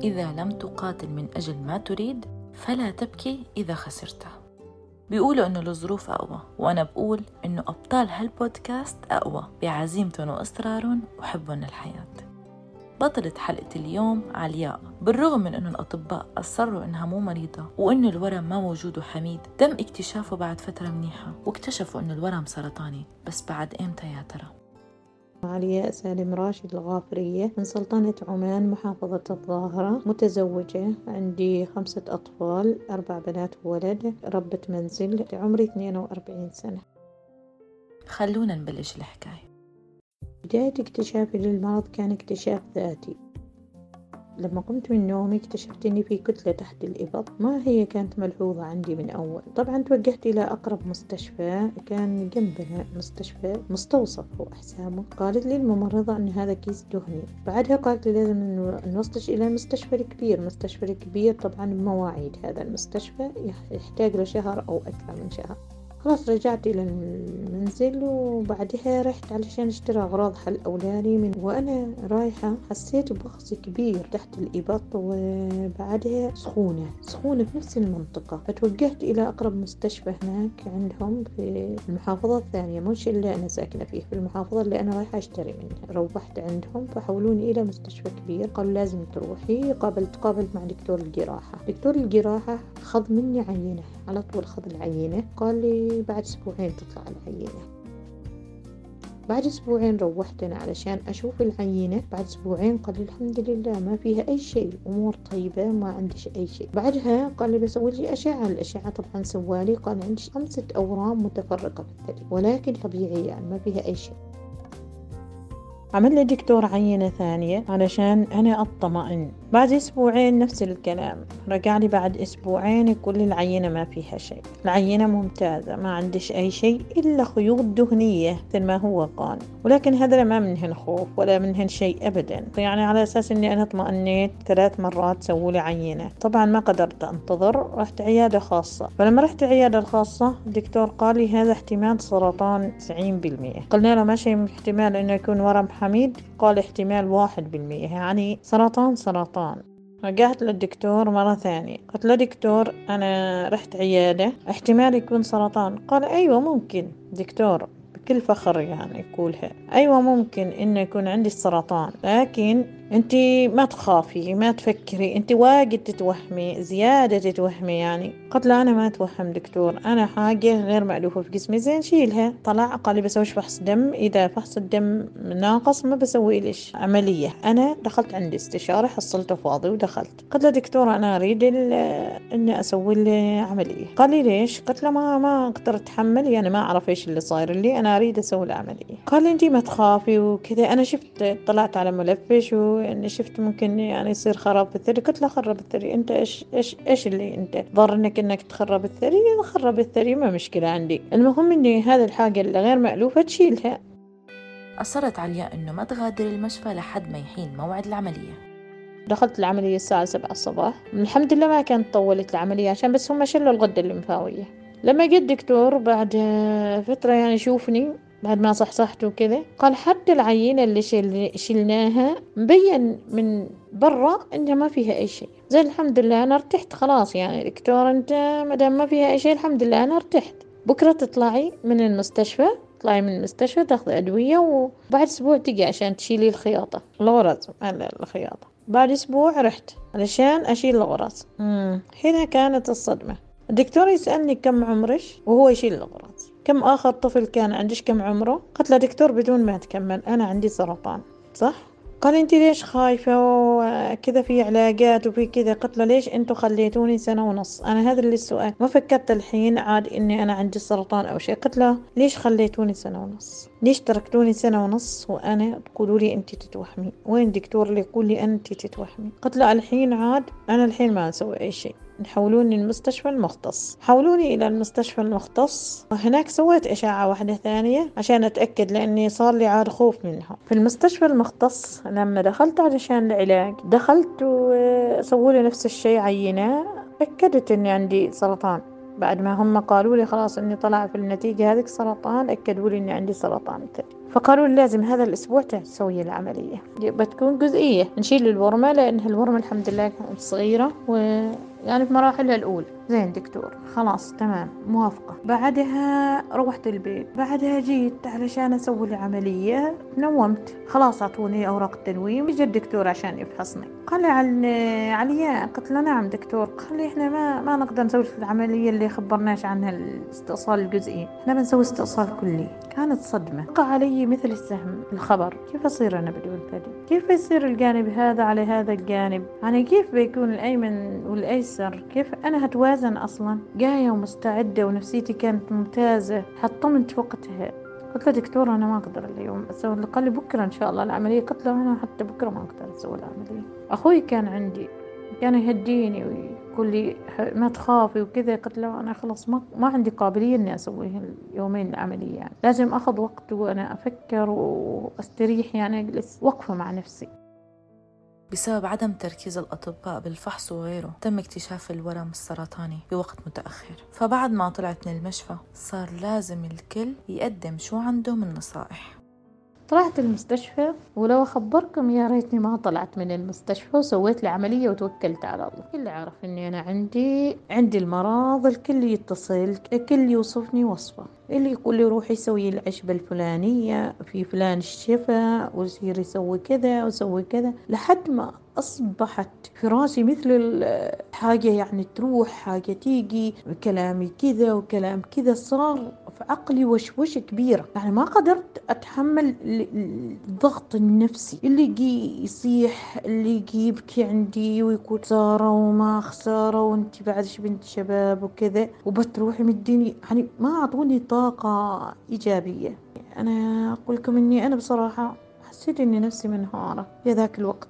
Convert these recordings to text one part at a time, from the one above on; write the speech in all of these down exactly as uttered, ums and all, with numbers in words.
إذا لم تقاتل من أجل ما تريد فلا تبكي إذا خسرته. بيقولوا إنه الظروف أقوى، وأنا بقول إنه أبطال هالبودكاست أقوى بعزيمتهم وإصرارهم وحبهم للحياة. بطلة حلقة اليوم علياء، بالرغم من إنه الأطباء أصروا إنها مو مريضة وإنه الورم ما موجود وحميد، تم اكتشافه بعد فترة منيحة واكتشفوا إنه الورم سرطاني، بس بعد إمتى يا ترى؟ علياء سالم راشد الغافرية من سلطنة عمان، محافظة الظاهرة، متزوجة، عندي خمسة أطفال، أربع بنات وولد، ربة منزل، عمري اثنين وأربعين سنة. خلونا نبلش الحكاية. بداية اكتشافي للمرض كان اكتشاف ذاتي. لما قمت من نومي اكتشفت اني في كتلة تحت الإبط، ما هي كانت ملحوظة عندي من أول. طبعا توجهت إلى أقرب مستشفى، كان جنبنا مستشفى مستوصف هو أحسامه. قالت لي الممرضة أن هذا كيس دهني. بعدها قالت لي لازم نوصلش إلى المستشفى الكبير. المستشفى الكبير طبعا بمواعيد، هذا المستشفى يحتاج لشهر أو أكثر من شهر. خلاص رجعت إلى المنزل، وبعدها رحت علشان اشتري أغراض حل أولادي. من وأنا رايحة حسيت بغص كبير تحت الإبط، وبعدها سخونة سخونة في نفس المنطقة. فتوجهت إلى أقرب مستشفى هناك عندهم في المحافظة الثانية، مش اللي أنا ساكنة فيه، في المحافظة اللي أنا رايحة أشتري منها. روحت عندهم فحولوني إلى مستشفى كبير، قالوا لازم تروحي. قابلت قابلت مع دكتور الجراحة. دكتور الجراحة خذ مني عينة، على طول خذ العينة، قال لي بعد أسبوعين تطلع العينة. بعد أسبوعين روحت أنا علشان أشوف العينة. بعد أسبوعين قال لي الحمد لله ما فيها أي شيء، أمور طيبة، ما عندش أي شيء. بعدها قال لي بسوي لي أشعة. الأشعة طبعا سوالي، قال عندي خمسة أورام متفرقة في الثدي ولكن طبيعية، يعني ما فيها أي شيء. عمل لي دكتور عينة ثانية علشان أنا أطمئن. بعد أسبوعين نفس الكلام، رجع لي بعد أسبوعين يقول لي العينة ما فيها شيء، العينة ممتازة، ما عندش أي شيء إلا خيوط دهنية مثل ما هو قال. ولكن هذا ما منهن خوف ولا منهن شيء أبدا، يعني على أساس أني أنا اطمئنيت. ثلاث مرات سووا لي عينة، طبعا ما قدرت أنتظر، رحت عيادة خاصة. فلما رحت عيادة الخاصة الدكتور قال لي هذا احتمال سرطان تسعين بالمئة. قلنا له ما شيء احتمال أنه يكون ورم حميد؟ قال احتمال واحد بالمئة، يعني سرطان سرطان. رجعت للدكتور مرة ثانية، قلت له دكتور أنا رحت عيادة، احتمال يكون سرطان. قال أيوة ممكن دكتور، بكل فخر يعني يقولها، أيوة ممكن إنه يكون عندي السرطان، لكن أنتي ما تخافي ما تفكري، أنتي واجد تتوهمي زيادة تتوهمي يعني. قلت له أنا ما أتوهم دكتور، أنا حاجة غير مألوفة في جسمي، زين شيلها. طلع قال لي بسويش فحص دم، إذا فحص الدم ناقص ما بسوي ليش عملية. أنا دخلت عند استشاري حصلته فاضي ودخلت. قلت له دكتور أنا أريد إني أسوي لي عملية. قال لي ليش؟ قلت له ما ما أقدر أتحمل، يعني ما أعرف إيش اللي صاير لي، أنا أريد أسوي العملية. قال لي أنتي ما تخافي وكذا. أنا شفت طلعت على ملفش وإني شفت ممكن يعني يصير خراب في الثري. قلت له خرب الثري أنت إيش إيش إيش اللي أنت ضر إنك إنك تخرب الثري؟ خرب الثري ما مشكلة عندي، المهم إني هذا الحاجة اللي غير مألوفة تشيلها. أصرت علياء إنه ما تغادر المشفى لحد ما يحين موعد العملية. دخلت العملية الساعة سبعة الصباح، الحمد لله ما كانت طولت العملية عشان بس هم شلوا الغدة الليمفاوية. لما جيت دكتور بعد فترة يعني شوفني بعد ما صحصحت وكذا، قال حتى العينة اللي شل... شلناها مبين من برا انها ما فيها اي شيء. زي الحمد لله انا ارتحت خلاص، يعني دكتور انت مدام ما فيها اي شيء الحمد لله انا ارتحت. بكرة تطلعي من المستشفى، تطلعي من المستشفى تاخذي ادوية، وبعد اسبوع تجي عشان تشيلي الخياطة الغرز الخياطة. بعد اسبوع رحت علشان اشيل الغرز. امم هنا كانت الصدمة. الدكتور يسألني كم عمرك وهو يشيل الغرز. كم آخر طفل كان عندش كم عمره؟ قلت له دكتور بدون ما تكمل أنا عندي سرطان. صح؟ قال انت ليش خايفة وكذا في علاجات وفي كذا؟ قلت له ليش انتوا خليتوني سنة ونص؟ انا هذا اللي السؤال، ما فكرت الحين عاد اني انا عندي سرطان او شيء. قلت له ليش خليتوني سنة ونص؟ ليش تركتوني سنة ونص وانا تقولوا لي انت تتوهمي؟ وين الدكتور اللي يقول لي انت تتوهمي؟ قلت له الحين عاد انا الحين ما اسوي اي شيء، نحولوني المستشفى المختص. حولوني إلى المستشفى المختص، وهناك سويت إشاعة واحدة ثانية عشان أتأكد لأني صار لي عاد خوف منها. في المستشفى المختص لما دخلت علشان العلاج دخلت وسووا لي نفس الشيء، عينة أكدت إني عندي سرطان. بعد ما هم قالوا لي خلاص إني طلع في النتيجة هذيك سرطان، أكدوا لي إني عندي سرطان الثدي. فقالوا لي لازم هذا الأسبوع تسوي العملية، بتكون جزئية، نشيل الورمة لأنها الورمة الحمد لله كانت صغيرة ويعني في مراحلها الأولى. زين دكتور، خلاص تمام موافقة. بعدها روحت البيت، بعدها جيت علشان أسوي العملية، نومت، خلاص أعطوني أوراق التنويم. جاء الدكتور عشان يفحصني، قال لي عن علياء، قلت له نعم دكتور. قال لي إحنا ما ما نقدر نسوي العملية اللي خبرناش عنها الاستئصال الجزئي، إحنا بنسوي استئصال كلي. كانت صدمة، وقع علي مثل السهم الخبر. كيف أصير أنا بدون ثدي؟ كيف يصير الجانب هذا على هذا الجانب؟ يعني كيف بيكون الأيمن والأيسر؟ كيف أنا هتوازن أصلا؟ جاية ومستعدة ونفسيتي كانت ممتازة، حطمت وقتها. قلت له دكتور أنا ما أقدر اليوم أسوي. قال لي بكرة إن شاء الله العملية. قلت له أنا حتى بكرة ما أقدر أسوي العملية. أخوي كان عندي كان يهديني ويقول لي ما تخافي وكذا. قلت له أنا خلاص ما, ما عندي قابلية إني أسوي اليومين العملية، يعني لازم أخذ وقت وأنا أفكر وأستريح، يعني أجلس وقفة مع نفسي. بسبب عدم تركيز الأطباء بالفحص وغيره تم اكتشاف الورم السرطاني بوقت متأخر. فبعد ما طلعت من المشفى صار لازم الكل يقدم شو عنده من نصائح. طلعت المستشفى، ولو أخبركم يا ريتني ما طلعت من المستشفى وسويت لي عملية وتوكلت على الله. الكل عارف إني أنا عندي عندي المرض، الكل يتصل، الكل يوصفني وصفة، اللي يقول لي روحي سوي العشبة الفلانية في فلان الشفا ويصير يسوي كذا وسوي كذا، لحد ما أصبحت في راسي مثل حاجة يعني تروح حاجة تيجي، كلامي كذا وكلام كذا، صار في عقلي وشوش كبيرة. يعني ما قدرت أتحمل الضغط النفسي اللي يجي يصيح، اللي يجي يبكي عندي ويقول خسارة وما خسارة وانتي بعدش بنت شباب وكذا، وبتروحي مديني، يعني ما أعطوني طاقة إيجابية. أنا أقول لكم إني أنا بصراحة حسيت إني نفسي منهارة في ذاك الوقت.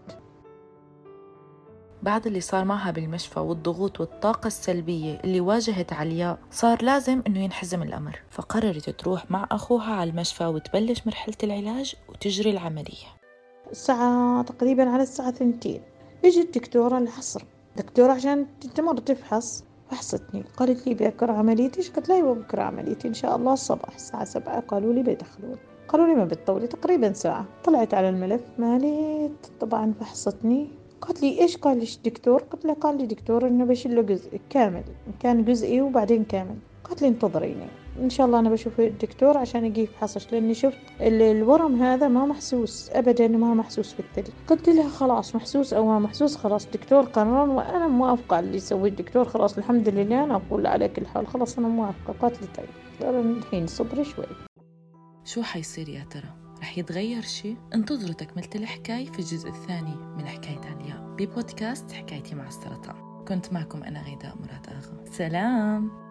بعد اللي صار معها بالمشفى والضغوط والطاقة السلبية اللي واجهت علياء، صار لازم إنه ينحزم الأمر، فقررت تروح مع أخوها على المشفى وتبلش مرحلة العلاج وتجري العملية. الساعة تقريبا على الساعة ثنتين اجت دكتورة العصر، دكتورة عشان تمر تفحص، فحصتني، قالت لي بكرة عمليتش؟ قلت لها ايوه بكرة عمليتي ان شاء الله الصباح الساعة سبعة. قالوا لي بيدخلون، قالوا لي ما بتطولي تقريبا ساعة. طلعت على الملف مالي، طبعا فحصتني، قالت لي ايش قال ليش دكتور؟ قلت لها قال لي دكتور انه بشيله جزء كامل، كان جزئي وبعدين كامل. قالت لي انتظريني ان شاء الله انا بشوف الدكتور عشان يجي يفحصش، لاني شفت الورم هذا ما محسوس ابدا، ما محسوس في الثدي. قلت لها خلاص محسوس او ما محسوس، خلاص دكتور قرر وانا موافقه على اللي يسويه الدكتور، خلاص الحمد لله انا اقول على كل حال خلاص انا موافقه. قالت لي طيب الحين صبري شوي. شو حيصير يا ترى؟ رح يتغير شيء؟ انتظروا تكملة الحكاية في الجزء الثاني من حكاية علياء ببودكاست حكايتي مع السرطان. كنت معكم أنا غيداء مراد آغا. سلام.